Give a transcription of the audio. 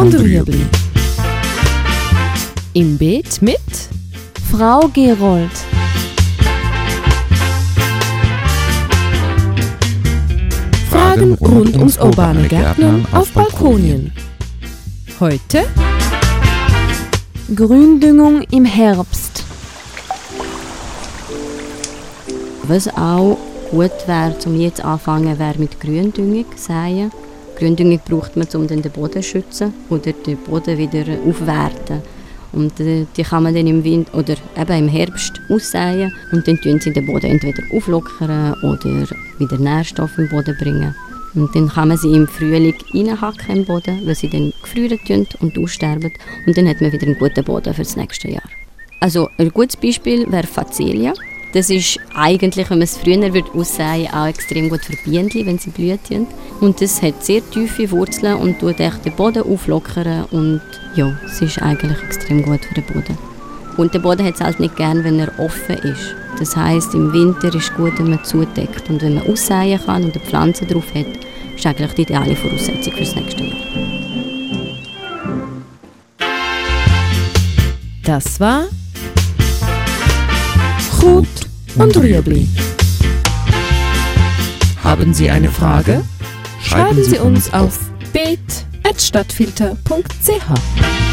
und Rüebli. Im Beet mit Frau Gerold. Fragen rund ums urbane Gärtnern auf Balkonien. Heute Gründüngung im Herbst. Was auch gut wäre, um jetzt anfangen, wäre mit Gründüngung säen. Gründüngung braucht man, um den Boden zu schützen oder den Boden wieder aufwerten. Und die kann man dann im Winter oder eben im Herbst aussäen und dann tun sie den Boden entweder auflockern oder wieder Nährstoffe im Boden bringen. Und dann kann man sie im Frühling reinhacken im Boden, weil sie dann gefrieren tun und aussterben. Und dann hat man wieder einen guten Boden für das nächste Jahr. Also ein gutes Beispiel wäre Facelia. Das ist eigentlich, wenn man es früher aussäen würde, auch extrem gut für Bienen, wenn sie blühen. Und das hat sehr tiefe Wurzeln und tut echt den Boden auflockern. Und ja, es ist eigentlich extrem gut für den Boden. Und der Boden hat es halt nicht gern, wenn er offen ist. Das heisst, im Winter ist es gut, wenn man zudeckt. Und wenn man aussäen kann und eine Pflanze drauf hat, ist eigentlich die ideale Voraussetzung für das nächste Jahr. Das war Kraut und Rüebli. Haben Sie eine Frage? Schreiben Sie uns auf beet@stadtfilter.ch.